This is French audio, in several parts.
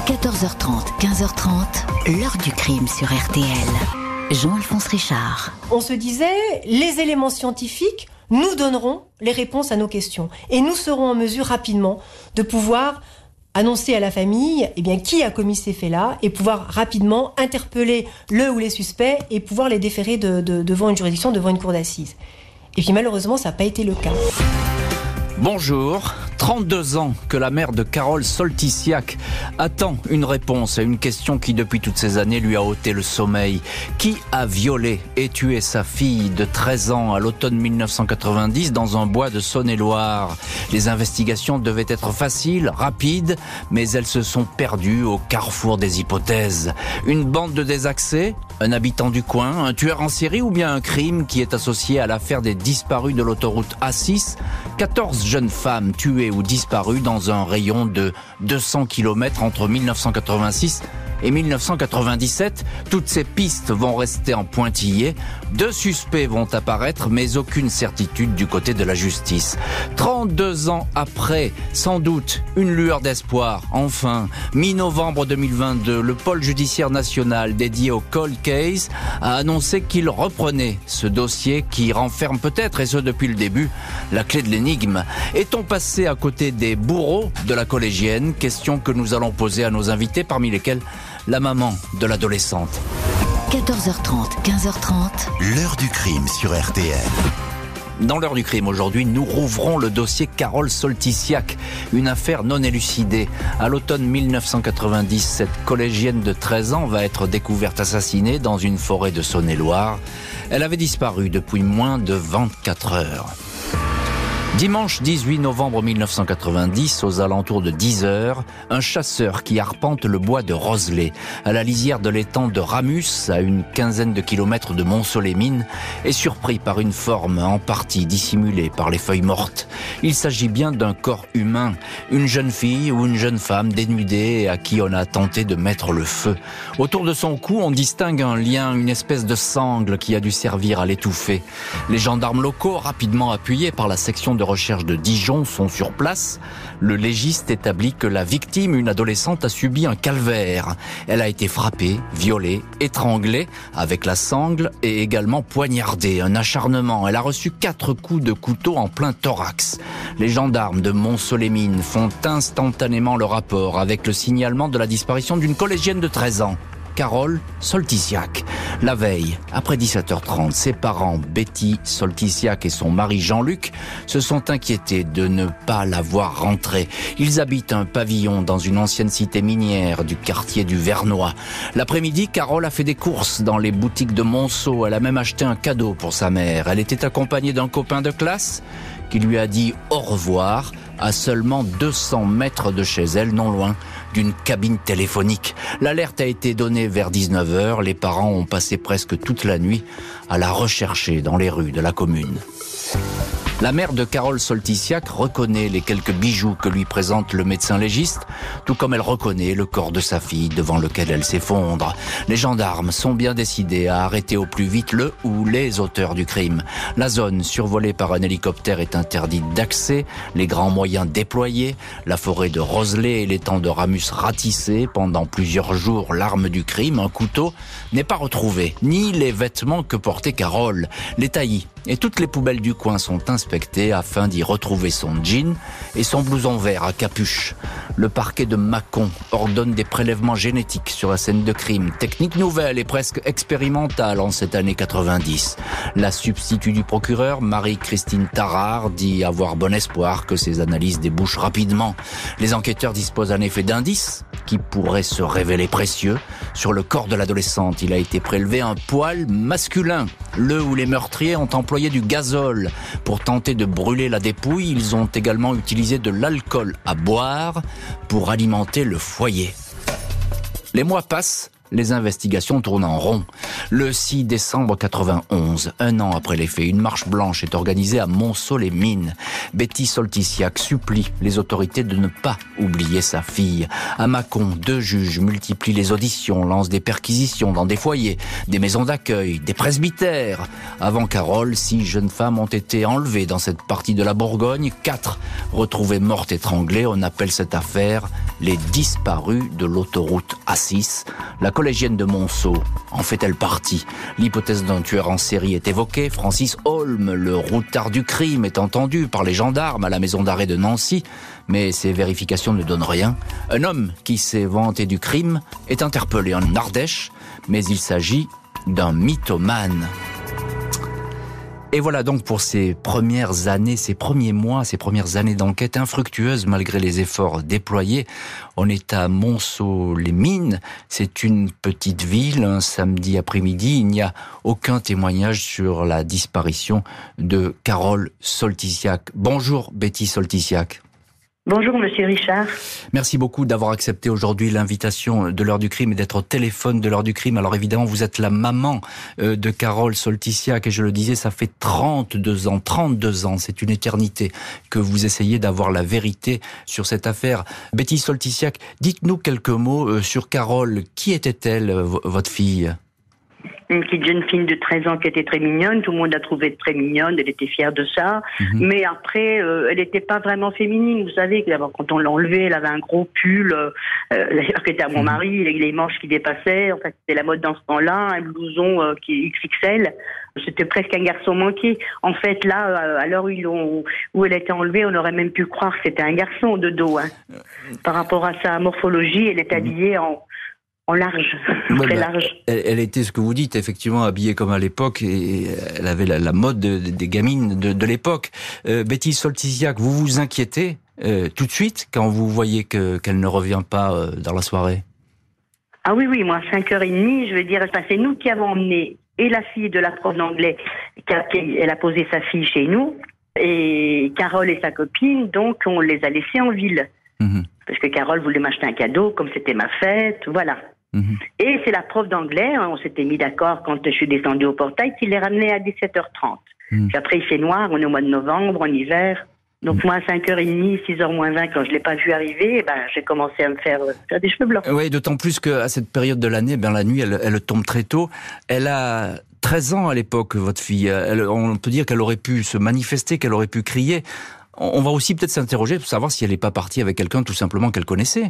14h30, 15h30, l'heure du crime sur RTL. Jean-Alphonse Richard. On se disait, les éléments scientifiques nous donneront les réponses à nos questions. Et nous serons en mesure rapidement de pouvoir annoncer à la famille qui a commis ces faits-là et pouvoir rapidement interpeller le ou les suspects et pouvoir les déférer devant une juridiction, devant une cour d'assises. Et puis malheureusement, ça n'a pas été le cas. Bonjour, 32 ans que la mère de Carole Soltysiak attend une réponse à une question qui depuis toutes ces années lui a ôté le sommeil. Qui a violé et tué sa fille de 13 ans à l'automne 1990 dans un bois de Saône-et-Loire? Les investigations devaient être faciles, rapides, mais elles se sont perdues au carrefour des hypothèses. Une bande de désaxés? Un habitant du coin? Un tueur en série? Ou bien un crime qui est associé à l'affaire des disparus de l'autoroute A6? 14 jeunes femmes tuées ou disparues dans un rayon de 200 km entre 1986 et 1997. Toutes ces pistes vont rester en pointillés. 2 suspects vont apparaître, mais aucune certitude du côté de la justice. 32 ans après, sans doute, une lueur d'espoir. Enfin, mi-novembre 2022, le pôle judiciaire national dédié au cold case a annoncé qu'il reprenait ce dossier qui renferme peut-être, et ce depuis le début, la clé de l'énigme. Est-on passé à côté des bourreaux de la collégienne? Question que nous allons poser à nos invités, parmi lesquels la maman de l'adolescente. 14h30, 15h30. L'heure du crime sur RTL. Dans l'heure du crime aujourd'hui, nous rouvrons le dossier Carole Soltysiak, une affaire non élucidée. À l'automne 1990, cette collégienne de 13 ans va être découverte assassinée dans une forêt de Saône-et-Loire. Elle avait disparu depuis moins de 24 heures. Dimanche 18 novembre 1990, aux alentours de 10h, un chasseur qui arpente le bois de Roselay, à la lisière de l'étang de Ramus, à une quinzaine de kilomètres de Montceau-les-Mines, est surpris par une forme en partie dissimulée par les feuilles mortes. Il s'agit bien d'un corps humain, une jeune fille ou une jeune femme dénudée à qui on a tenté de mettre le feu. Autour de son cou, on distingue un lien, une espèce de sangle qui a dû servir à l'étouffer. Les gendarmes locaux, rapidement appuyés par la section de recherche de Dijon, sont sur place. Le légiste établit que la victime, une adolescente, a subi un calvaire. Elle a été frappée, violée, étranglée avec la sangle et également poignardée. Un acharnement. Elle a reçu 4 coups de couteau en plein thorax. Les gendarmes de Montceau-les-Mines font instantanément le rapport avec le signalement de la disparition d'une collégienne de 13 ans. Carole Soltysiak. La veille, après 17h30, ses parents, Betty Soltysiak et son mari Jean-Luc, se sont inquiétés de ne pas la voir rentrer. Ils habitent un pavillon dans une ancienne cité minière du quartier du Vernois. L'après-midi, Carole a fait des courses dans les boutiques de Monceau. Elle a même acheté un cadeau pour sa mère. Elle était accompagnée d'un copain de classe qui lui a dit au revoir à seulement 200 mètres de chez elle, non loin d'une cabine téléphonique. L'alerte a été donnée vers 19h. Les parents ont passé presque toute la nuit à la rechercher dans les rues de la commune. La mère de Carole Soltysiak reconnaît les quelques bijoux que lui présente le médecin légiste, tout comme elle reconnaît le corps de sa fille devant lequel elle s'effondre. Les gendarmes sont bien décidés à arrêter au plus vite le ou les auteurs du crime. La zone survolée par un hélicoptère est interdite d'accès, les grands moyens déployés, la forêt de Roselay et l'étang de Ramus ratissés. Pendant plusieurs jours, l'arme du crime, un couteau, n'est pas retrouvée, ni les vêtements que portait Carole. Les taillis et toutes les poubelles du coin sont inspectées afin d'y retrouver son jean et son blouson vert à capuche. Le parquet de Mâcon ordonne des prélèvements génétiques sur la scène de crime. Technique nouvelle et presque expérimentale en cette année 90. La substitut du procureur, Marie-Christine Tarard, dit avoir bon espoir que ces analyses débouchent rapidement. Les enquêteurs disposent en effet d'indices qui pourraient se révéler précieux. Sur le corps de l'adolescente, il a été prélevé un poil masculin. Le ou les meurtriers ont employé du gazole pour tenter de brûler la dépouille. Ils ont également utilisé de l'alcool à boire pour alimenter le foyer. Les mois passent les investigations tournent en rond. Le 6 décembre 91, un an après les faits, une marche blanche est organisée à Monceau-les-Mines. Betty Soltysiak supplie les autorités de ne pas oublier sa fille. À Mâcon, 2 juges multiplient les auditions, lancent des perquisitions dans des foyers, des maisons d'accueil, des presbytères. Avant Carole, 6 jeunes femmes ont été enlevées dans cette partie de la Bourgogne, 4 retrouvées mortes étranglées. On appelle cette affaire les disparus de l'autoroute A6. La collégienne de Monceau en fait-elle partie? L'hypothèse d'un tueur en série est évoquée. Francis Holm, le routard du crime, est entendu par les gendarmes à la maison d'arrêt de Nancy. Mais ces vérifications ne donnent rien. Un homme qui s'est vanté du crime est interpellé en Ardèche, mais il s'agit d'un mythomane. Et voilà donc pour ces premières années, ces premiers mois, ces premières années d'enquête infructueuses malgré les efforts déployés. On est à Monceau-les-Mines, c'est une petite ville, un samedi après-midi. Il n'y a aucun témoignage sur la disparition de Carole Soltysiak. Bonjour Betty Soltysiak. Bonjour Monsieur Richard. Merci beaucoup d'avoir accepté aujourd'hui l'invitation de l'heure du crime et d'être au téléphone de l'heure du crime. Alors évidemment, vous êtes la maman de Carole Soltysiak et je le disais, ça fait 32 ans, c'est une éternité que vous essayez d'avoir la vérité sur cette affaire. Betty Soltysiak, dites-nous quelques mots sur Carole. Qui était-elle, votre fille ? Une petite jeune fille de 13 ans qui était très mignonne, tout le monde la trouvait très mignonne, elle était fière de ça, mais après, elle n'était pas vraiment féminine, vous savez, quand on l'a enlevée, elle avait un gros pull, d'ailleurs qui était à mon mari, les manches qui dépassaient, en fait c'était la mode dans ce temps-là, un blouson qui est XXL, c'était presque un garçon manqué. En fait là, à l'heure où elle a été enlevée, on aurait même pu croire que c'était un garçon de dos, hein. Par rapport à sa morphologie, elle est habillée en large, très large. Elle était, ce que vous dites, effectivement habillée comme à l'époque, et elle avait la mode des gamines de l'époque. Betty Soltysiak, vous vous inquiétez tout de suite quand vous voyez qu'elle ne revient pas dans la soirée? Ah oui, moi, à 5h30, je veux dire, c'est nous qui avons emmené et la fille de la prof d'anglais, elle a posé sa fille chez nous, et Carole et sa copine, donc on les a laissés en ville. Parce que Carole voulait m'acheter un cadeau, comme c'était ma fête, voilà. Et c'est la prof d'anglais, on s'était mis d'accord quand je suis descendue au portail, qui les ramenait à 17h30. Puis après, il fait noir, on est au mois de novembre, en hiver. Donc moi, à 5h30, 6h moins 20, quand je ne l'ai pas vue arriver, j'ai commencé à me faire des cheveux blancs. Oui, d'autant plus qu'à cette période de l'année, la nuit, elle tombe très tôt. Elle a 13 ans à l'époque, votre fille. On peut dire qu'elle aurait pu se manifester, qu'elle aurait pu crier. On va aussi peut-être s'interroger pour savoir si elle n'est pas partie avec quelqu'un tout simplement qu'elle connaissait.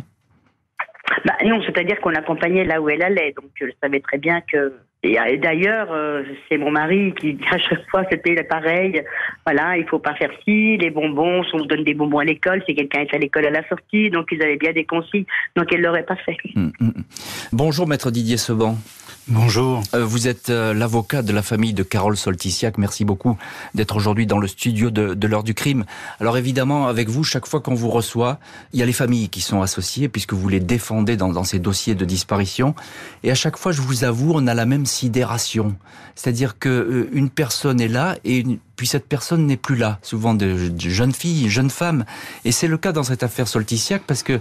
Non, c'est-à-dire qu'on l'accompagnait là où elle allait, donc je savais très bien que... Et d'ailleurs, c'est mon mari qui, à chaque fois, c'était pareil. Voilà, il faut pas faire ci, les bonbons, on nous donne des bonbons à l'école, si quelqu'un est à l'école à la sortie, donc ils avaient bien des consignes, donc elle l'auraient pas fait. Bonjour, maître Didier Seban. Bonjour. Vous êtes l'avocat de la famille de Carole Soltysiak. Merci beaucoup d'être aujourd'hui dans le studio de l'heure du crime. Alors évidemment, avec vous, chaque fois qu'on vous reçoit, il y a les familles qui sont associées puisque vous les défendez dans ces dossiers de disparition. Et à chaque fois, je vous avoue, on a la même sidération. C'est-à-dire que une personne est là et puis cette personne n'est plus là. Souvent de jeunes filles, jeunes femmes. Et c'est le cas dans cette affaire Soltysiak parce que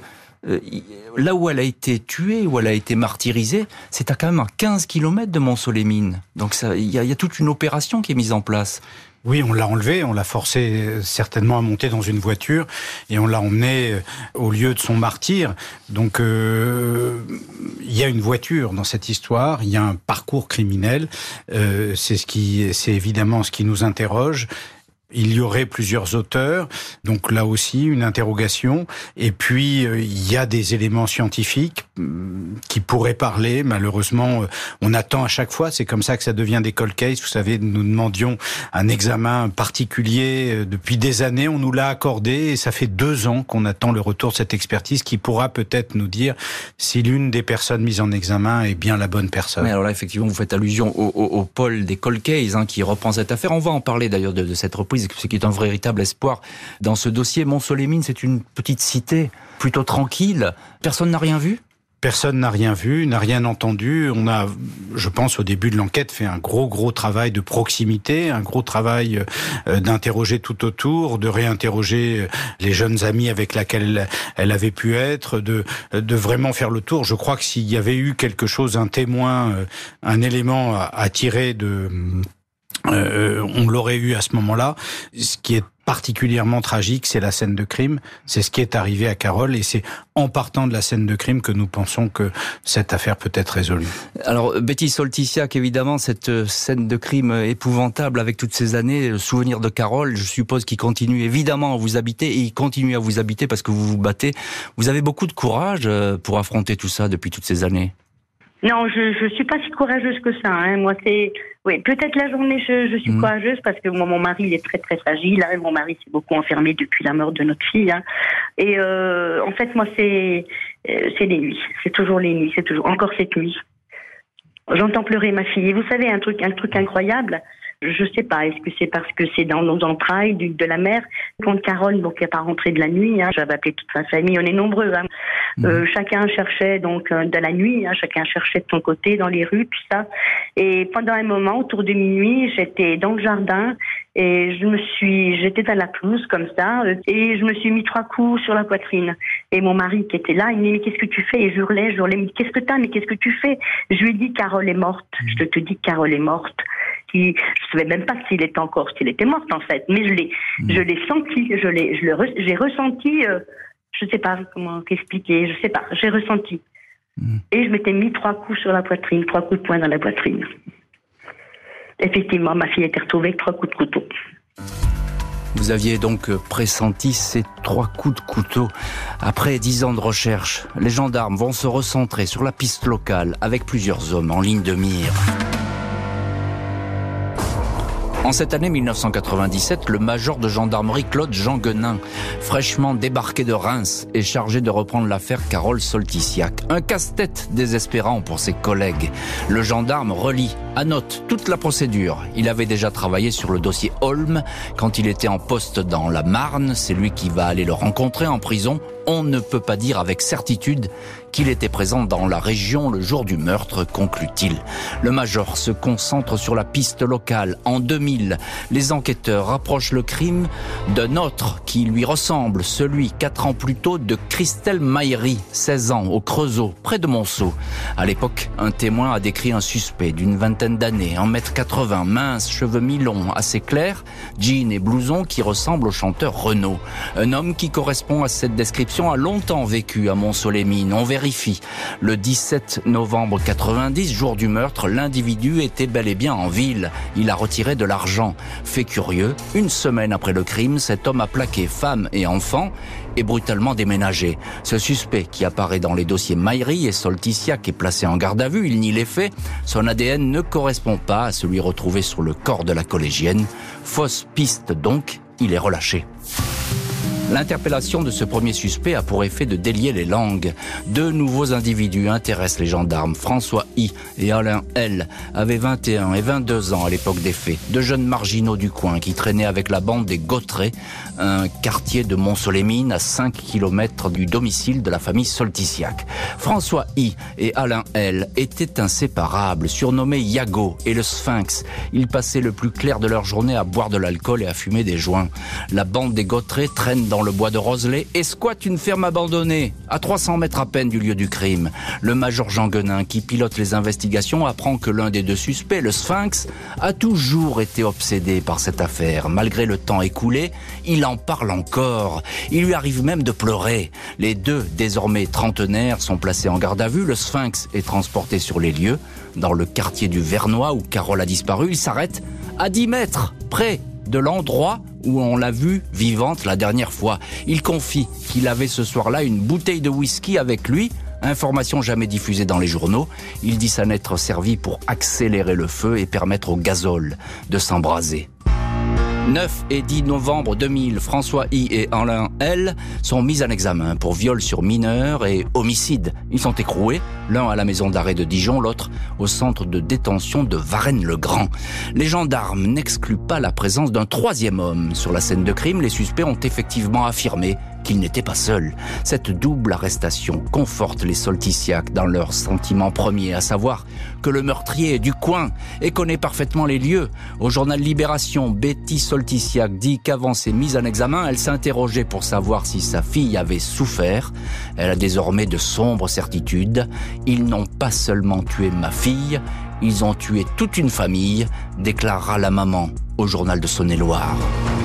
là où elle a été tuée, où elle a été martyrisée, c'est à quand même à 15 km de Monceau-les-Mines. Donc il y a toute une opération qui est mise en place. Oui, on l'a enlevé, on l'a forcé certainement à monter dans une voiture et on l'a emmené au lieu de son martyre. Donc il y a une voiture dans cette histoire, il y a un parcours criminel, c'est évidemment ce qui nous interroge. Il y aurait plusieurs auteurs, donc là aussi une interrogation. Et puis il y a des éléments scientifiques qui pourraient parler. Malheureusement, on attend à chaque fois. C'est comme ça que ça devient des cold cases. Vous savez, nous demandions un examen particulier depuis des années. On nous l'a accordé et ça fait 2 ans qu'on attend le retour de cette expertise qui pourra peut-être nous dire si l'une des personnes mises en examen est bien la bonne personne. Mais alors là, effectivement, vous faites allusion au pôle des cold cases qui reprend cette affaire. On va en parler d'ailleurs de cette reprise, ce qui est un véritable espoir dans ce dossier. Monceau-les-Mines, c'est une petite cité plutôt tranquille. Personne n'a rien vu ? Personne n'a rien vu, n'a rien entendu. On a, je pense, au début de l'enquête, fait un gros travail de proximité, un gros travail d'interroger tout autour, de réinterroger les jeunes amis avec lesquels elle avait pu être, de vraiment faire le tour. Je crois que s'il y avait eu quelque chose, un témoin, un élément à tirer on l'aurait eu à ce moment-là. Ce qui est particulièrement tragique, c'est la scène de crime. C'est ce qui est arrivé à Carole, et c'est en partant de la scène de crime que nous pensons que cette affaire peut être résolue. Alors, Betty Soltysiak, évidemment, cette scène de crime épouvantable avec toutes ces années, le souvenir de Carole, je suppose qu'il continue évidemment à vous habiter, et il continue à vous habiter parce que vous vous battez. Vous avez beaucoup de courage pour affronter tout ça depuis toutes ces années. Non, je suis pas si courageuse que ça. Hein. Moi, oui, peut-être la journée, je suis courageuse parce que mon mari, il est très très fragile. Hein. Mon mari s'est beaucoup enfermé depuis la mort de notre fille. Hein. Et en fait, moi, c'est les nuits. C'est toujours les nuits. C'est toujours encore cette nuit. J'entends pleurer ma fille. Et vous savez, un truc incroyable. Je sais pas, est-ce que c'est parce que c'est dans nos entrailles de la mère? Quand Carole, donc, n'est pas rentrée de la nuit, hein, j'avais appelé toute sa famille, on est nombreux, hein. Chacun cherchait donc de la nuit, hein, chacun cherchait de son côté dans les rues, tout ça. Et pendant un moment, autour de minuit, j'étais dans le jardin et j'étais dans la pelouse comme ça, et je me suis mis 3 coups sur la poitrine. Et mon mari qui était là, il me dit mais qu'est-ce que tu fais? Et je hurlais, mais qu'est-ce que t'as? Mais qu'est-ce que tu fais? Je lui ai dit Carole est morte. Je te dis que Carole est morte. Je savais même pas s'il était morte en fait, mais je l'ai senti, j'ai ressenti, je sais pas comment expliquer, je sais pas, j'ai ressenti. Et je m'étais mis 3 coups sur la poitrine, 3 coups de poing dans la poitrine. Effectivement, ma fille a été retrouvée avec 3 coups de couteau. Vous aviez donc pressenti ces 3 coups de couteau. Après 10 ans de recherche, les gendarmes vont se recentrer sur la piste locale avec plusieurs hommes en ligne de mire. En cette année 1997, le major de gendarmerie Claude Jeanguenin, fraîchement débarqué de Reims, est chargé de reprendre l'affaire Carole Soltysiak. Un casse-tête désespérant pour ses collègues. Le gendarme relit à note toute la procédure. Il avait déjà travaillé sur le dossier Holm quand il était en poste dans la Marne. C'est lui qui va aller le rencontrer en prison. On ne peut pas dire avec certitude qu'il était présent dans la région le jour du meurtre, conclut-il. Le major se concentre sur la piste locale. En 2000, les enquêteurs rapprochent le crime d'un autre qui lui ressemble, celui 4 ans plus tôt de Christelle Maillery, 16 ans, au Creusot, près de Monceau. À l'époque, un témoin a décrit un suspect d'une vingtaine d'années, 1,80 m, mince, cheveux mi-longs, assez clairs, jean et blouson qui ressemble au chanteur Renaud. Un homme qui correspond à cette description a longtemps vécu à Mont-Soleil-Mines. On vérifie. Le 17 novembre 90, jour du meurtre, l'individu était bel et bien en ville. Il a retiré de l'argent. Fait curieux, une semaine après le crime, cet homme a plaqué femme et enfant et brutalement déménagé. Ce suspect qui apparaît dans les dossiers Maillery et Soltysiak est placé en garde à vue. Il nie les faits. Son ADN ne correspond pas à celui retrouvé sur le corps de la collégienne. Fausse piste donc, il est relâché. L'interpellation de ce premier suspect a pour effet de délier les langues. 2 nouveaux individus intéressent les gendarmes. François I et Alain L avaient 21 et 22 ans à l'époque des faits. 2 jeunes marginaux du coin qui traînaient avec la bande des Gautrets, un quartier de Mont-Soleil-Mines à 5 km du domicile de la famille Soltysiak. François I et Alain L étaient inséparables, surnommés Yago et le Sphinx. Ils passaient le plus clair de leur journée à boire de l'alcool et à fumer des joints. La bande des Gautrets traîne dans le bois de Roselay et squatte une ferme abandonnée, à 300 mètres à peine du lieu du crime. Le major Jeanguenin, qui pilote les investigations, apprend que l'un des 2 suspects, le Sphinx, a toujours été obsédé par cette affaire. Malgré le temps écoulé, il en parle encore. Il lui arrive même de pleurer. Les 2, désormais trentenaires, sont placés en garde à vue. Le Sphinx est transporté sur les lieux. Dans le quartier du Vernois, où Carole a disparu, il s'arrête à 10 mètres, près de l'endroit où on l'a vue vivante la dernière fois. Il confie qu'il avait ce soir-là une bouteille de whisky avec lui, information jamais diffusée dans les journaux. Il dit s'en être servi pour accélérer le feu et permettre au gazole de s'embraser. 9 et 10 novembre 2000, François I et Alain L sont mis en examen pour viol sur mineur et homicide. Ils sont écroués, l'un à la maison d'arrêt de Dijon, l'autre au centre de détention de Varennes-le-Grand. Les gendarmes n'excluent pas la présence d'un 3e homme. Sur la scène de crime, les suspects ont effectivement affirmé qu'il n'était pas seul. Cette double arrestation conforte les Soltysiak dans leur sentiment premier, à savoir que le meurtrier est du coin et connaît parfaitement les lieux. Au journal Libération, Betty Soltysiak dit qu'avant ses mises en examen, elle s'interrogeait pour savoir si sa fille avait souffert. Elle a désormais de sombres certitudes. Ils n'ont pas seulement tué ma fille, ils ont tué toute une famille, déclarera la maman au journal de Saône-et-Loire.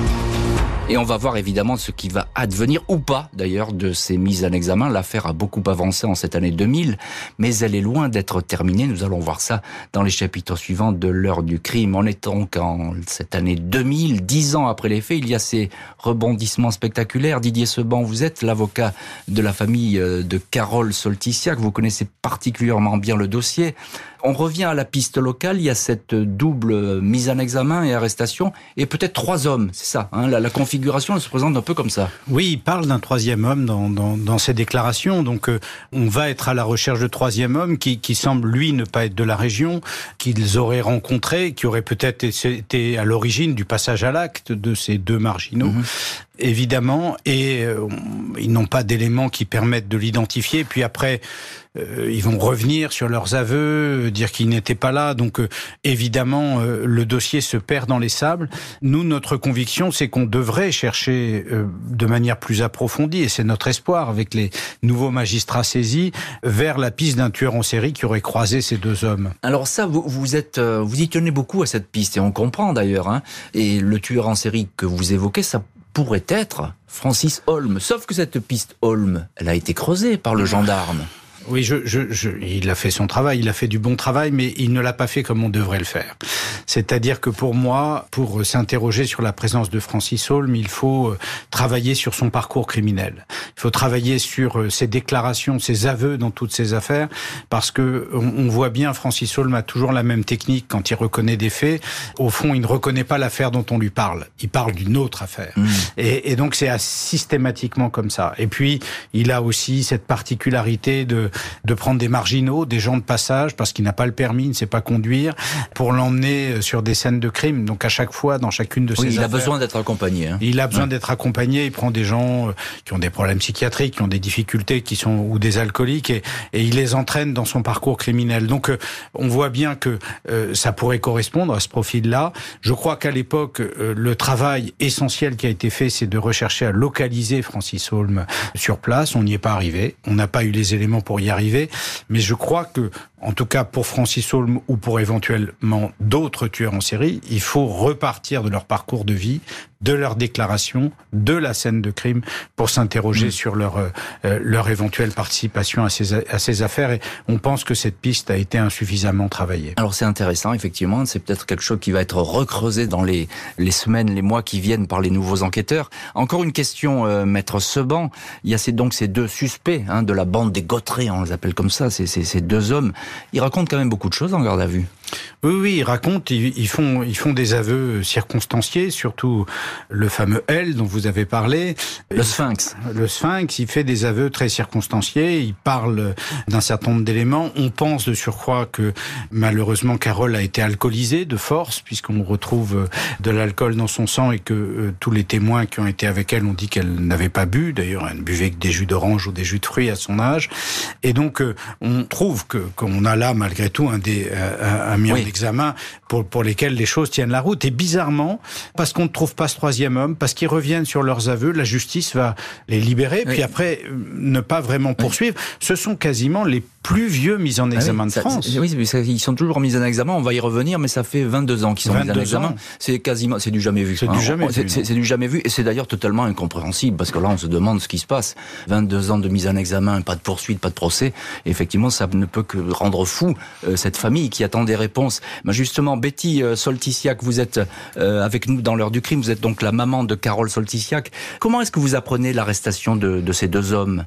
Et on va voir évidemment ce qui va advenir, ou pas d'ailleurs, de ces mises en examen. L'affaire a beaucoup avancé en cette année 2000, mais elle est loin d'être terminée. Nous allons voir ça dans les chapitres suivants de l'heure du crime. On est donc en cette année 2000, 10 ans après les faits, il y a ces rebondissements spectaculaires. Didier Seban, vous êtes l'avocat de la famille de Carole Soltysiak. Vous connaissez particulièrement bien le dossier. On revient à la piste locale, il y a cette double mise en examen et arrestation, et peut-être 3 hommes, c'est ça, hein, la configuration elle se présente un peu comme ça. Oui, il parle d'un 3e homme dans ses déclarations, donc on va être à la recherche de 3e homme qui semble, lui, ne pas être de la région, qu'ils auraient rencontré, qui aurait peut-être été à l'origine du passage à l'acte de ces 2 marginaux. Évidemment, et ils n'ont pas d'éléments qui permettent de l'identifier. Puis après, ils vont revenir sur leurs aveux, dire qu'ils n'étaient pas là. Donc évidemment, le dossier se perd dans les sables. Nous, notre conviction, c'est qu'on devrait chercher de manière plus approfondie, et c'est notre espoir avec les nouveaux magistrats saisis, vers la piste d'un tueur en série qui aurait croisé ces 2 hommes. Alors ça, vous y tenez beaucoup à cette piste, et on comprend d'ailleurs. Hein, et le tueur en série que vous évoquez, ça pourrait être Francis Holm. Sauf que cette piste Holm, elle a été creusée par le gendarme. Oui, il a fait son travail, il a fait du bon travail, mais il ne l'a pas fait comme on devrait le faire. C'est-à-dire que pour moi, pour s'interroger sur la présence de Francis Holm, il faut travailler sur son parcours criminel. Il faut travailler sur ses déclarations, ses aveux dans toutes ces affaires, parce que on voit bien, Francis Holm a toujours la même technique quand il reconnaît des faits. Au fond, il ne reconnaît pas l'affaire dont on lui parle. Il parle d'une autre affaire. Et donc c'est systématiquement comme ça. Et puis, il a aussi cette particularité de prendre des marginaux, des gens de passage, parce qu'il n'a pas le permis, il ne sait pas conduire, pour l'emmener sur des scènes de crime. Donc à chaque fois, dans chacune de ces affaires... Il a besoin d'être accompagné. Hein. Il a besoin d'être accompagné, il prend des gens qui ont des problèmes psychiatriques, qui ont des difficultés, ou des alcooliques, et il les entraîne dans son parcours criminel. Donc on voit bien que ça pourrait correspondre à ce profil-là. Je crois qu'à l'époque, le travail essentiel qui a été fait, c'est de rechercher à localiser Francis Holm sur place. On n'y est pas arrivé. On n'a pas eu les éléments pour y arriver, mais je crois que, en tout cas pour Francis Holm ou pour éventuellement d'autres tueurs en série, il faut repartir de leur parcours de vie, de leurs déclarations, de la scène de crime, pour s'interroger sur leur éventuelle participation à ces affaires. Et on pense que cette piste a été insuffisamment travaillée. Alors c'est intéressant, effectivement, c'est peut-être quelque chose qui va être recreusé dans les semaines, les mois qui viennent par les nouveaux enquêteurs. Encore une question, Maître Seban. Il y a donc ces 2 suspects de la bande des Gautrey, on les appelle comme ça, ces 2 hommes. Ils racontent quand même beaucoup de choses en garde à vue. Oui, ils racontent, ils font des aveux circonstanciés, surtout le fameux L dont vous avez parlé. Le Sphinx. Le Sphinx, il fait des aveux très circonstanciés, il parle d'un certain nombre d'éléments. On pense de surcroît que malheureusement Carole a été alcoolisée de force, puisqu'on retrouve de l'alcool dans son sang et que tous les témoins qui ont été avec elle ont dit qu'elle n'avait pas bu. D'ailleurs, elle buvait que des jus d'orange ou des jus de fruits à son âge. Et donc, on trouve qu'on a là, malgré tout, mis en examen pour lesquels les choses tiennent la route. Et bizarrement, parce qu'on ne trouve pas ce 3e homme, parce qu'ils reviennent sur leurs aveux, la justice va les libérer, puis après, ne pas vraiment poursuivre. Ce sont quasiment les plus vieux mis en examen de France. Oui, ils sont toujours mis en examen, on va y revenir, mais ça fait 22 ans qu'ils sont mis en examen. C'est du jamais vu. C'est du jamais vu. C'est du jamais vu, et c'est d'ailleurs totalement incompréhensible, parce que là, on se demande ce qui se passe. 22 ans de mise en examen, pas de poursuite, pas de procès. Et effectivement, ça ne peut que rendre fou cette famille qui attend des réponses. Mais justement, Betty Soltysiak, vous êtes avec nous dans l'heure du crime, vous êtes donc la maman de Carole Soltysiak. Comment est-ce que vous apprenez l'arrestation de ces 2 hommes?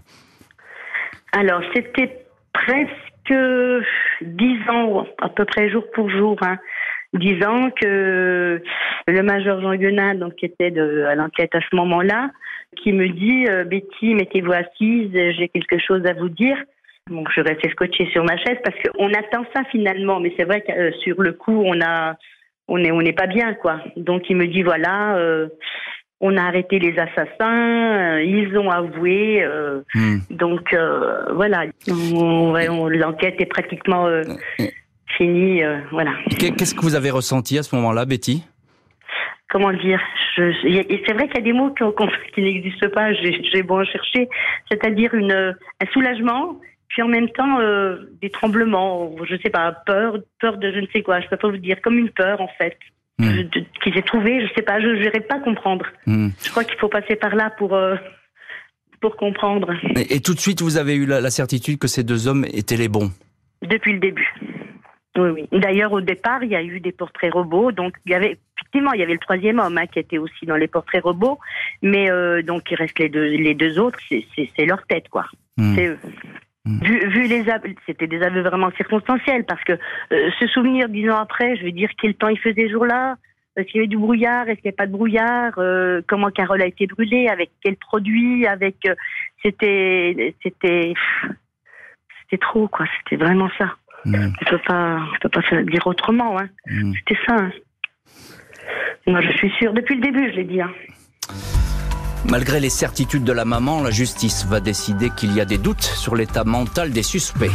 Alors, c'était presque 10 ans, à peu près jour pour jour, 10 ans que le major Jean Guenat, donc qui était à l'enquête à ce moment-là, qui me dit Betty, mettez-vous assise, j'ai quelque chose à vous dire. Donc je restais scotchée sur ma chaise parce qu'on attend ça finalement, mais c'est vrai que sur le coup on n'est pas bien quoi. Donc il me dit voilà, On a arrêté les assassins, ils ont avoué, donc voilà. L'enquête est pratiquement finie, voilà. Qu'est-ce que vous avez ressenti à ce moment-là, Betty ? Comment dire, c'est vrai qu'il y a des mots qui n'existent pas, j'ai beau chercher, c'est-à-dire un soulagement, puis en même temps des tremblements, je sais pas, peur de je ne sais quoi, je peux pas vous dire, comme une peur en fait. Qui s'est trouvé, je sais pas, je n'arrive pas à comprendre. Je crois qu'il faut passer par là pour comprendre. Et tout de suite, vous avez eu la certitude que ces deux hommes étaient les bons. Depuis le début. Oui. D'ailleurs, au départ, il y a eu des portraits robots. Donc, il y avait le troisième homme qui était aussi dans les portraits robots. Mais donc, il reste les deux autres. C'est leur tête, quoi. C'est eux. Vu les aveux, c'était des aveux vraiment circonstanciels parce que se souvenir 10 ans après, je veux dire quel temps il faisait jour-là, est-ce qu'il y avait du brouillard, est-ce qu'il n'y avait pas de brouillard, comment Carole a été brûlée, avec quel produit, avec c'était trop quoi, c'était vraiment ça. On peut pas dire autrement, hein. C'était ça. Hein. Moi, je suis sûre depuis le début, je l'ai dit. Hein. Malgré les certitudes de la maman, la justice va décider qu'il y a des doutes sur l'état mental des suspects.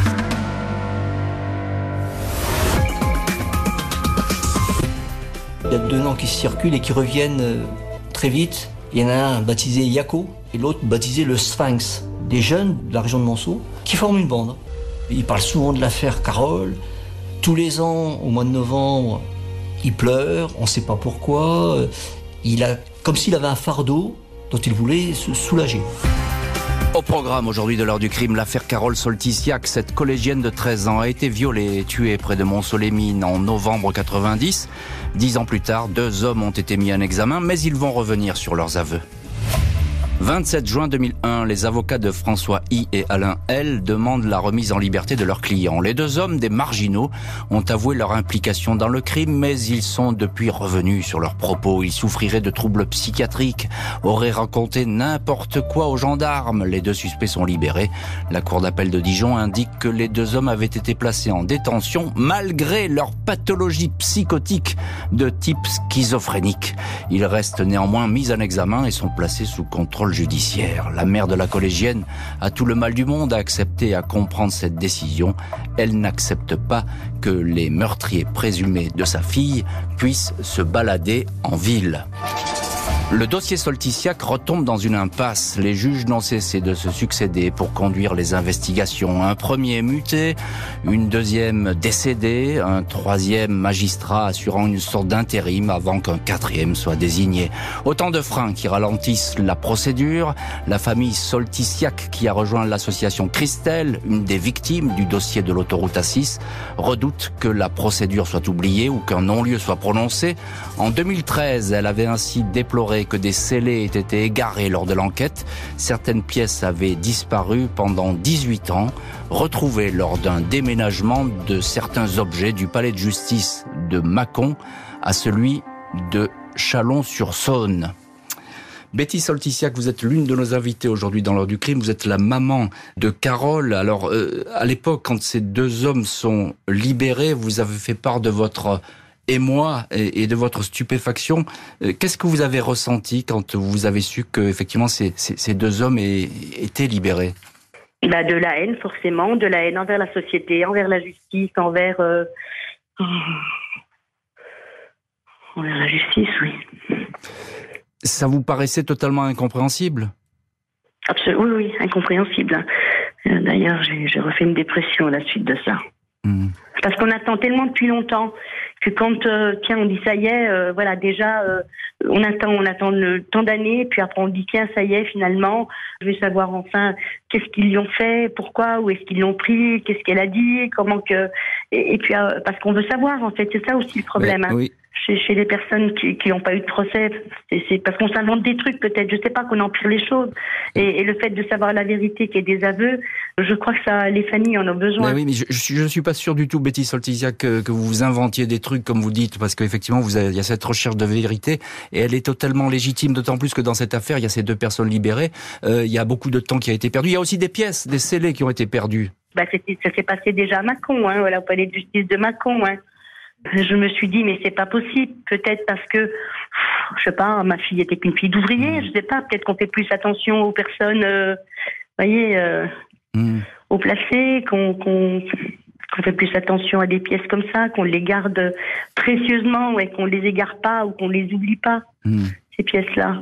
Il y a deux noms qui circulent et qui reviennent très vite. Il y en a un baptisé Yako et l'autre baptisé le Sphinx. Des jeunes de la région de Monceau qui forment une bande. Ils parlent souvent de l'affaire Carole. Tous les ans, au mois de novembre, il pleure, on ne sait pas pourquoi. Comme s'il avait un fardeau dont il voulait se soulager. Au programme aujourd'hui de l'heure du crime, l'affaire Carole Soltysiak. Cette collégienne de 13 ans a été violée et tuée près de Montceau-les-Mines en novembre 90. 10 ans plus tard, 2 hommes ont été mis en examen, mais ils vont revenir sur leurs aveux. 27 juin 2001, les avocats de François I et Alain L demandent la remise en liberté de leurs clients. Les deux hommes, des marginaux, ont avoué leur implication dans le crime, mais ils sont depuis revenus sur leurs propos. Ils souffriraient de troubles psychiatriques, auraient raconté n'importe quoi aux gendarmes. Les deux suspects sont libérés. La cour d'appel de Dijon indique que les deux hommes avaient été placés en détention malgré leur pathologie psychotique de type schizophrénique. Ils restent néanmoins mis en examen et sont placés sous contrôle judiciaire. La mère de la collégienne a tout le mal du monde à accepter et à comprendre cette décision. Elle n'accepte pas que les meurtriers présumés de sa fille puissent se balader en ville. Le dossier Soltysiak retombe dans une impasse. Les juges n'ont cessé de se succéder pour conduire les investigations. Un premier muté, une deuxième décédée, un troisième magistrat assurant une sorte d'intérim avant qu'un quatrième soit désigné. Autant de freins qui ralentissent la procédure. La famille Soltysiak, qui a rejoint l'association Christelle, une des victimes du dossier de l'autoroute A6, redoute que la procédure soit oubliée ou qu'un non-lieu soit prononcé. En 2013, elle avait ainsi déploré que des scellés aient été égarés lors de l'enquête. Certaines pièces avaient disparu pendant 18 ans, retrouvées lors d'un déménagement de certains objets du palais de justice de Mâcon à celui de Chalon-sur-Saône. Betty Soltysiak, vous êtes l'une de nos invitées aujourd'hui dans l'heure du crime. Vous êtes la maman de Carole. Alors, à l'époque, quand ces deux hommes sont libérés, vous avez fait part de votre émoi et de votre stupéfaction. Qu'est-ce que vous avez ressenti quand vous avez su que effectivement ces deux hommes étaient libérés? De la haine, forcément, de la haine envers la société, envers la justice, envers la justice, oui. Ça vous paraissait totalement incompréhensible? Absolument, oui, incompréhensible. D'ailleurs, j'ai refait une dépression à la suite de ça. Parce qu'on attend tellement depuis longtemps que quand on dit ça y est, voilà, déjà on attend le temps d'années, puis après on dit tiens ça y est finalement, je vais savoir enfin qu'est-ce qu'ils lui ont fait, pourquoi, où est-ce qu'ils l'ont pris, qu'est-ce qu'elle a dit, comment que et puis parce qu'on veut savoir en fait, c'est ça aussi le problème. Hein. Oui. Chez les personnes qui n'ont pas eu de procès, c'est parce qu'on s'invente des trucs peut-être, je sais pas, qu'on empire les choses. Et le fait de savoir la vérité, qu'il y ait des aveux, je crois que ça, les familles en ont besoin. Mais oui, mais je suis pas sûr du tout, Betty Soltysiak, que vous vous inventiez des trucs comme vous dites, parce qu'effectivement, il y a cette recherche de vérité, et elle est totalement légitime, d'autant plus que dans cette affaire, il y a ces deux personnes libérées, il y a beaucoup de temps qui a été perdu, il y a aussi des pièces, des scellés qui ont été perdus. Ça s'est passé déjà à Mâcon, voilà, au palais de justice de Mâcon, Je me suis dit, mais c'est pas possible. Peut-être parce que, je sais pas, ma fille était qu'une fille d'ouvrier. Je sais pas, peut-être qu'on fait plus attention aux personnes, au placé, qu'on fait plus attention à des pièces comme ça, qu'on les garde précieusement, et qu'on les égare pas ou qu'on les oublie pas, ces pièces-là.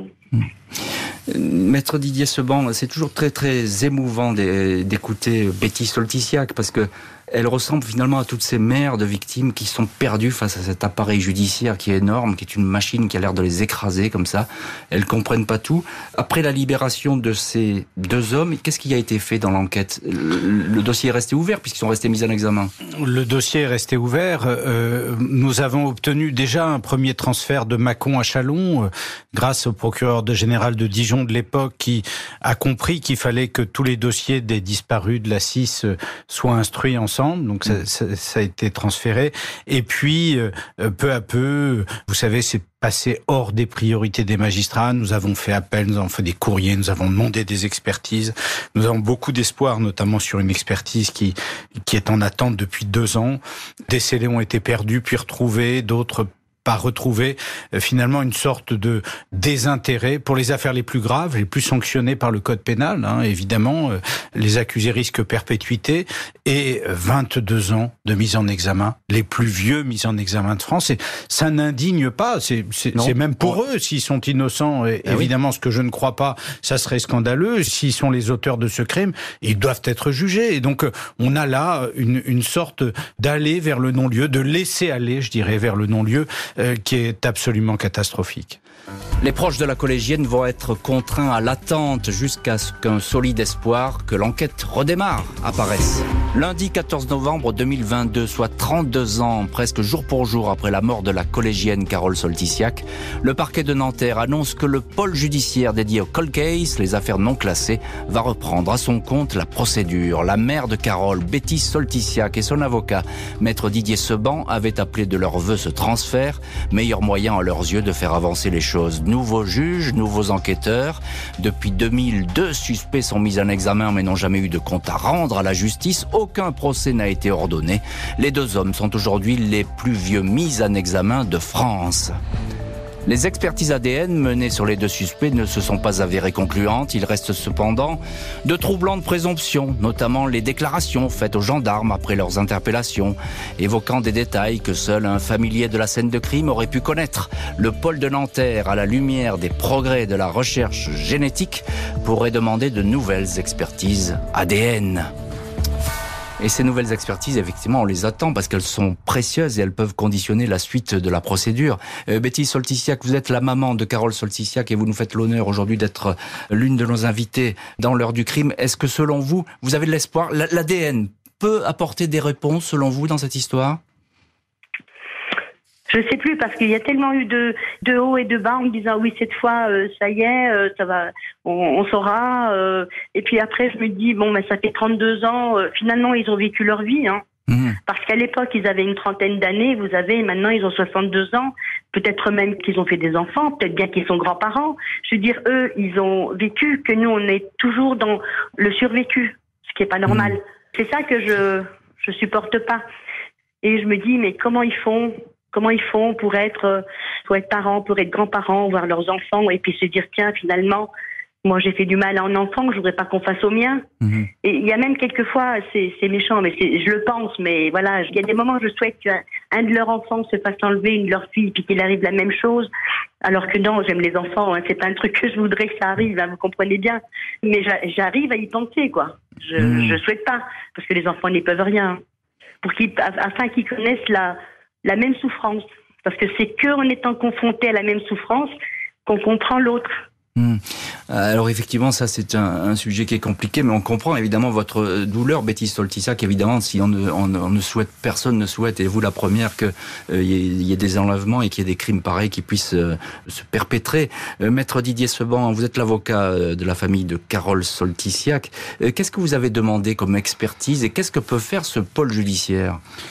Maître Didier Seban, c'est toujours très très émouvant d'écouter Betty Soltysiak, parce que elle ressemble finalement à toutes ces mères de victimes qui sont perdues face à cet appareil judiciaire qui est énorme, qui est une machine qui a l'air de les écraser comme ça. Elles comprennent pas tout. Après la libération de ces deux hommes, qu'est-ce qui a été fait dans l'enquête ? Le dossier est resté ouvert puisqu'ils sont restés mis en examen. Le dossier est resté ouvert. Nous avons obtenu déjà un premier transfert de Mâcon à Châlons grâce au procureur général de Dijon de l'époque, qui a compris qu'il fallait que tous les dossiers des disparus de la SIS soient instruits ensemble. Donc ça a été transféré. Et puis, peu à peu, vous savez, c'est passé hors des priorités des magistrats. Nous avons fait appel, nous avons fait des courriers, nous avons demandé des expertises. Nous avons beaucoup d'espoir, notamment sur une expertise qui est en attente depuis 2 ans. Des scellés ont été perdus, puis retrouvés, d'autres pas retrouver, finalement une sorte de désintérêt pour les affaires les plus graves, les plus sanctionnées par le code pénal, évidemment, les accusés risquent perpétuité, et 22 ans de mise en examen, les plus vieux mises en examen de France, et ça n'indigne pas, c'est même pour eux, s'ils sont innocents, évidemment, ce que je ne crois pas, ça serait scandaleux, s'ils sont les auteurs de ce crime, ils doivent être jugés, et donc on a là une sorte d'aller vers le non-lieu, de laisser aller, je dirais, vers le non-lieu, qui est absolument catastrophique. Les proches de la collégienne vont être contraints à l'attente jusqu'à ce qu'un solide espoir que l'enquête redémarre apparaisse. Lundi 14 novembre 2022, soit 32 ans, presque jour pour jour après la mort de la collégienne Carole Soltysiak, le parquet de Nanterre annonce que le pôle judiciaire dédié au cold case, les affaires non classées, va reprendre à son compte la procédure. La mère de Carole, Betty Soltysiak, et son avocat, maître Didier Seban, avaient appelé de leur vœu ce transfert, meilleur moyen à leurs yeux de faire avancer les choses. Nouveaux juges, nouveaux enquêteurs. Depuis 2000, 2 suspects sont mis en examen mais n'ont jamais eu de compte à rendre à la justice. Aucun procès n'a été ordonné. Les 2 hommes sont aujourd'hui les plus vieux mis en examen de France. Les expertises ADN menées sur les 2 suspects ne se sont pas avérées concluantes. Il reste cependant de troublantes présomptions, notamment les déclarations faites aux gendarmes après leurs interpellations, évoquant des détails que seul un familier de la scène de crime aurait pu connaître. Le pôle de Nanterre, à la lumière des progrès de la recherche génétique, pourrait demander de nouvelles expertises ADN. Et ces nouvelles expertises, effectivement, on les attend parce qu'elles sont précieuses et elles peuvent conditionner la suite de la procédure. Betty Soltysiak, vous êtes la maman de Carole Soltysiak et vous nous faites l'honneur aujourd'hui d'être l'une de nos invitées dans l'heure du crime. Est-ce que selon vous, vous avez de l'espoir ? L'ADN peut apporter des réponses selon vous dans cette histoire ? Je sais plus, parce qu'il y a tellement eu de hauts et de bas en me disant oui, cette fois ça y est, ça va, on saura, et puis après je me dis bon, mais ça fait 32 ans, finalement ils ont vécu leur vie, parce qu'à l'époque ils avaient une trentaine d'années, vous avez, maintenant ils ont 62 ans, peut-être même qu'ils ont fait des enfants, peut-être bien qu'ils sont grands-parents. Je veux dire, eux ils ont vécu, que nous on est toujours dans le survécu, ce qui est pas normal. C'est ça que je supporte pas, et je me dis mais comment ils font pour être parents, pour être grands-parents, voir leurs enfants, et puis se dire tiens, finalement, moi j'ai fait du mal à un enfant, je voudrais pas qu'on fasse au mien. Et il y a même quelquefois, c'est méchant, mais je le pense, mais voilà, il y a des moments où je souhaite qu'un de leurs enfants se fasse enlever, une de leurs filles, puis qu'il arrive la même chose. Alors que non, j'aime les enfants, c'est pas un truc que je voudrais que ça arrive, vous comprenez bien. Mais j'arrive à y penser, quoi. Je souhaite pas, parce que les enfants n'y peuvent rien. Afin qu'ils connaissent la même souffrance, parce que c'est qu'en étant confronté à la même souffrance qu'on comprend l'autre. Alors effectivement, ça c'est un sujet qui est compliqué, mais on comprend évidemment votre douleur, Betty Soltysiak. Évidemment, si on ne souhaite, personne ne souhaite, et vous la première, qu'il y ait des enlèvements et qu'il y ait des crimes pareils qui puissent se perpétrer. Maître Didier Seban, vous êtes l'avocat de la famille de Carole Soltysiak. Qu'est-ce que vous avez demandé comme expertise et qu'est-ce que peut faire ce pôle judiciaire ?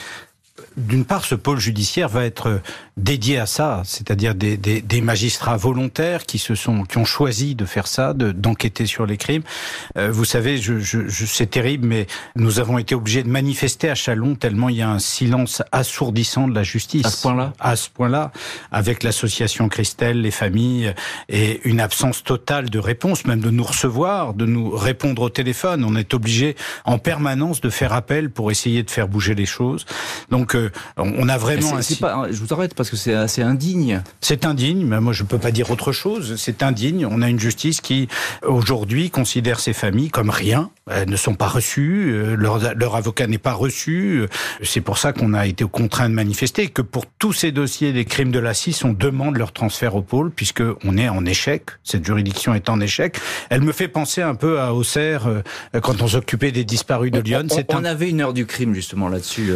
d'une part, ce pôle judiciaire va être dédié à ça, c'est-à-dire des magistrats volontaires qui ont choisi de faire ça, d'enquêter sur les crimes. Vous savez, c'est terrible, mais nous avons été obligés de manifester à Châlons tellement il y a un silence assourdissant de la justice. À ce point-là ? À ce point-là, avec l'association Christelle, les familles, et une absence totale de réponse, même de nous recevoir, de nous répondre au téléphone. On est obligé en permanence de faire appel pour essayer de faire bouger les choses. Donc, on a vraiment... je vous arrête parce que c'est assez indigne. C'est indigne, mais moi je ne peux pas dire autre chose. C'est indigne. On a une justice qui, aujourd'hui, considère ces familles comme rien. Elles ne sont pas reçues, leur avocat n'est pas reçu. C'est pour ça qu'on a été contraint de manifester et que pour tous ces dossiers des crimes de la CIS, on demande leur transfert au pôle puisqu'on est en échec. Cette juridiction est en échec. Elle me fait penser un peu à Auxerre quand on s'occupait des disparus de Lyon. On avait une heure du crime justement là-dessus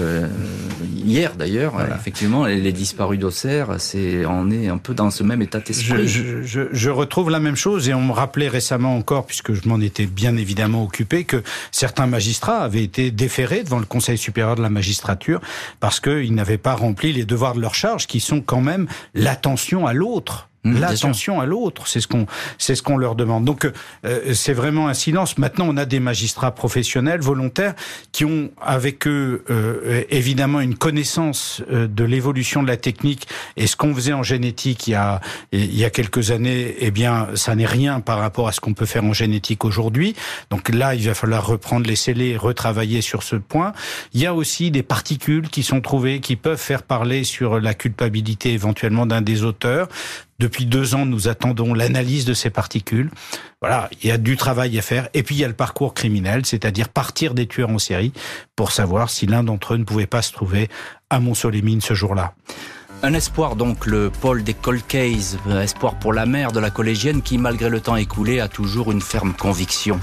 hier d'ailleurs. Voilà. Effectivement, les disparus d'Auxerre, on est un peu dans ce même état d'esprit. Je retrouve la même chose et on me rappelait récemment encore, puisque je m'en étais bien évidemment occupé, que certains magistrats avaient été déférés devant le Conseil supérieur de la magistrature parce qu'ils n'avaient pas rempli les devoirs de leur charge, qui sont quand même l'attention à l'autre. L'attention à l'autre, c'est ce qu'on leur demande. Donc c'est vraiment un silence. Maintenant, on a des magistrats professionnels, volontaires, qui ont avec eux évidemment une connaissance de l'évolution de la technique. Et ce qu'on faisait en génétique il y a quelques années, eh bien, ça n'est rien par rapport à ce qu'on peut faire en génétique aujourd'hui. Donc là, il va falloir reprendre les scellés et retravailler sur ce point. Il y a aussi des particules qui sont trouvées, qui peuvent faire parler sur la culpabilité éventuellement d'un des auteurs. Depuis 2 ans, nous attendons l'analyse de ces particules. Voilà, il y a du travail à faire. Et puis, il y a le parcours criminel, c'est-à-dire partir des tueurs en série pour savoir si l'un d'entre eux ne pouvait pas se trouver à Montceau-les-Mines ce jour-là. Un espoir donc, le pôle des cold cases, espoir pour la mère de la collégienne qui, malgré le temps écoulé, a toujours une ferme conviction.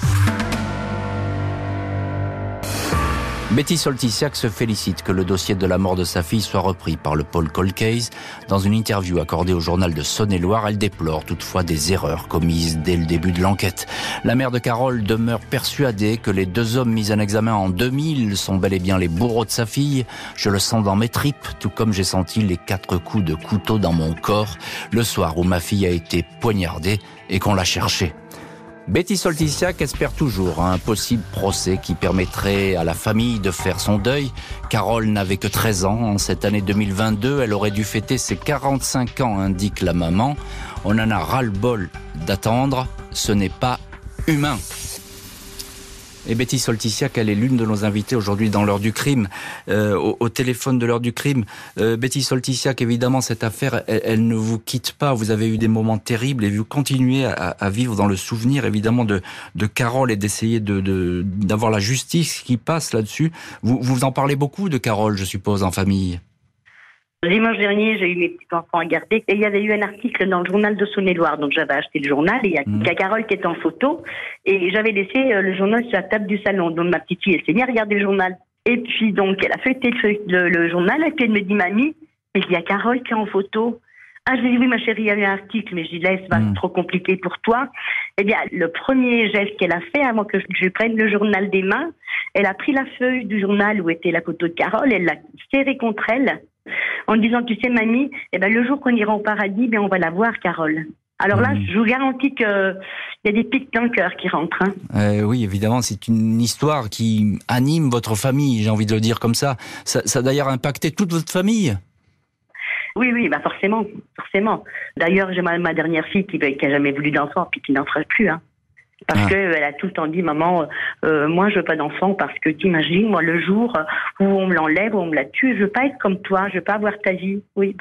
Betty Soltysiak se félicite que le dossier de la mort de sa fille soit repris par le pôle cold case. Dans une interview accordée au journal de Saône-et-Loire, elle déplore toutefois des erreurs commises dès le début de l'enquête. La mère de Carole demeure persuadée que les 2 hommes mis en examen en 2000 sont bel et bien les bourreaux de sa fille. Je le sens dans mes tripes, tout comme j'ai senti les 4 coups de couteau dans mon corps le soir où ma fille a été poignardée et qu'on l'a cherchée. Betty Soltysiak espère toujours un possible procès qui permettrait à la famille de faire son deuil. Carole n'avait que 13 ans. En cette année 2022, elle aurait dû fêter ses 45 ans, indique la maman. On en a ras-le-bol d'attendre. Ce n'est pas humain. Et Betty Soltysiak, elle est l'une de nos invitées aujourd'hui dans l'heure du crime, au téléphone de l'heure du crime. Betty Soltysiak, évidemment, cette affaire, elle ne vous quitte pas. Vous avez eu des moments terribles et vous continuez à vivre dans le souvenir, évidemment, de Carole et d'essayer d'avoir la justice qui passe là-dessus. Vous en parlez beaucoup de Carole, je suppose, en famille. Dimanche dernier, j'ai eu mes petits-enfants à garder et il y avait eu un article dans le journal de Saône-et-Loire. Donc j'avais acheté le journal et il y a Carole qui est en photo et j'avais laissé le journal sur la table du salon. Donc ma petite fille, elle s'est mise à regarder le journal. Et puis donc elle a feuilleté le journal et puis elle me dit, mamie, mais il y a Carole qui est en photo. Ah, je lui ai dit, oui ma chérie, il y a eu un article, mais je dis, laisse, c'est trop compliqué pour toi. Eh bien, le premier geste qu'elle a fait, avant que je prenne le journal des mains, elle a pris la feuille du journal où était la photo de Carole, elle l'a serrée contre elle, en disant, tu sais, mamie, eh ben, le jour qu'on ira au paradis, ben, on va la voir, Carole. Alors là, je vous garantis qu'il y a des pics dans le cœur qui rentrent. Hein. Oui, évidemment, c'est une histoire qui anime votre famille, j'ai envie de le dire comme ça. Ça a d'ailleurs impacté toute votre famille. Oui, bah forcément. D'ailleurs, j'ai ma dernière fille qui a jamais voulu d'enfant, puis qui n'en fera plus. Hein. Parce qu'elle a tout le temps dit, maman, moi je veux pas d'enfant parce que t'imagines, moi le jour où on me l'enlève, où on me la tue, je veux pas être comme toi, je veux pas avoir ta vie. Oui.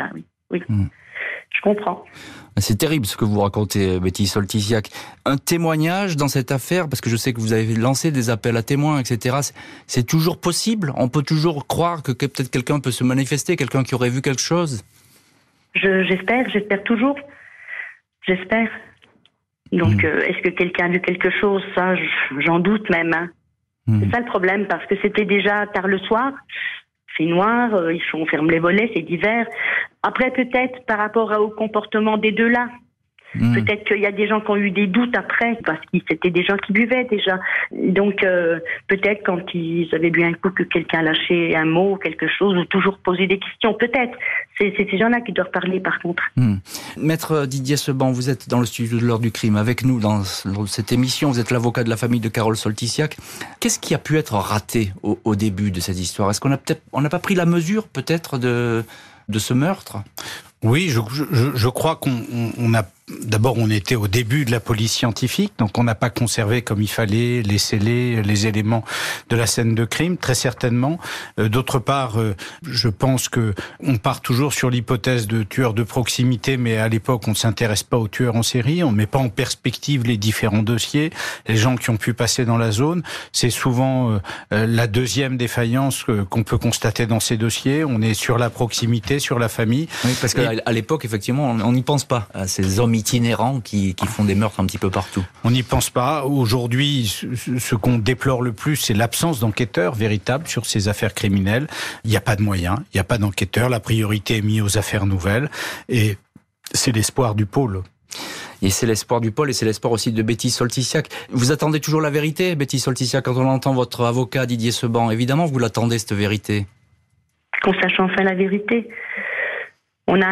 Je comprends. C'est terrible ce que vous racontez, Betty Soltysiak. Un témoignage dans cette affaire, parce que je sais que vous avez lancé des appels à témoins, etc. C'est toujours possible? On peut toujours croire que peut-être quelqu'un peut se manifester, quelqu'un qui aurait vu quelque chose? J'espère toujours. J'espère. Donc, est-ce que quelqu'un a vu quelque chose? Ça, j'en doute même. Hein. C'est ça le problème, parce que c'était déjà tard le soir. C'est noir, on ferme les volets, c'est d'hiver. Après, peut-être, par rapport au comportement des deux là, Peut-être qu'il y a des gens qui ont eu des doutes après, parce que c'était des gens qui buvaient déjà. Donc, peut-être quand ils avaient bu un coup que quelqu'un lâchait un mot, quelque chose, ou toujours poser des questions, peut-être. C'est ces gens-là qui doivent parler, par contre. Maître Didier Seban, vous êtes dans le studio de l'heure du crime avec nous dans cette émission. Vous êtes l'avocat de la famille de Carole Soltysiak. Qu'est-ce qui a pu être raté au début de cette histoire? Est-ce qu'on n'a pas pris la mesure, peut-être, de ce meurtre? Oui, je crois qu'on a... D'abord, on était au début de la police scientifique, donc on n'a pas conservé comme il fallait les scellés, les éléments de la scène de crime, très certainement. D'autre part, je pense que on part toujours sur l'hypothèse de tueur de proximité, mais à l'époque, on ne s'intéresse pas aux tueurs en série, on ne met pas en perspective les différents dossiers, les gens qui ont pu passer dans la zone. C'est souvent la deuxième défaillance qu'on peut constater dans ces dossiers. On est sur la proximité, sur la famille. Oui, parce qu'à l'époque, effectivement, on n'y pense pas à ces hommes itinérants qui font des meurtres un petit peu partout. On n'y pense pas. Aujourd'hui, ce qu'on déplore le plus, c'est l'absence d'enquêteurs véritables sur ces affaires criminelles. Il n'y a pas de moyens, il n'y a pas d'enquêteurs. La priorité est mise aux affaires nouvelles. Et c'est l'espoir du pôle. Et c'est l'espoir du pôle et c'est l'espoir aussi de Betty Soltysiak. Vous attendez toujours la vérité, Betty Soltysiak, quand on entend votre avocat Didier Seban? Évidemment, vous l'attendez, cette vérité. Qu'on sache enfin la vérité. On sait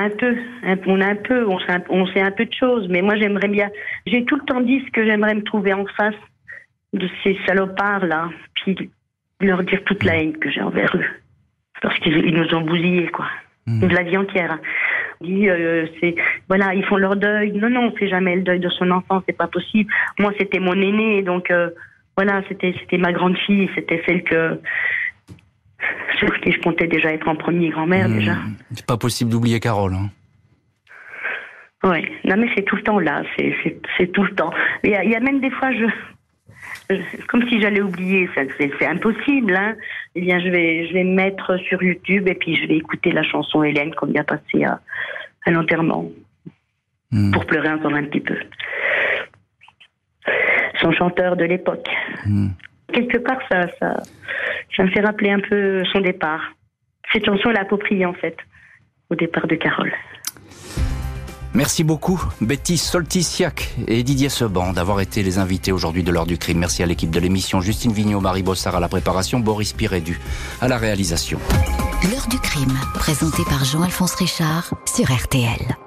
un peu de choses, mais moi j'aimerais bien, j'ai tout le temps dit ce que j'aimerais me trouver en face de ces salopards-là, puis leur dire toute la haine que j'ai envers eux. Parce qu'ils nous ont bousillés, quoi. De la vie entière. On dit, voilà, ils font leur deuil. Non, c'est jamais le deuil de son enfant, c'est pas possible. Moi, c'était mon aîné, donc voilà, c'était ma grande fille, c'était celle sur qui je comptais déjà être en premier grand-mère, déjà. C'est pas possible d'oublier Carole. Oui, non mais c'est tout le temps là, c'est tout le temps. Il y a même des fois, comme si j'allais oublier, c'est impossible. Hein. Eh bien, je vais me mettre sur YouTube et puis je vais écouter la chanson Hélène qu'on vient passer à l'enterrement, pour pleurer encore un petit peu. Son chanteur de l'époque. Quelque part, ça me fait rappeler un peu son départ. Cette chanson est appropriée, en fait, au départ de Carole. Merci beaucoup, Betty Soltysiak et Didier Seban, d'avoir été les invités aujourd'hui de l'heure du crime. Merci à l'équipe de l'émission, Justine Vignot, Marie Bossard à la préparation, Boris Pirédu à la réalisation. L'heure du crime, présenté par Jean-Alphonse Richard sur RTL.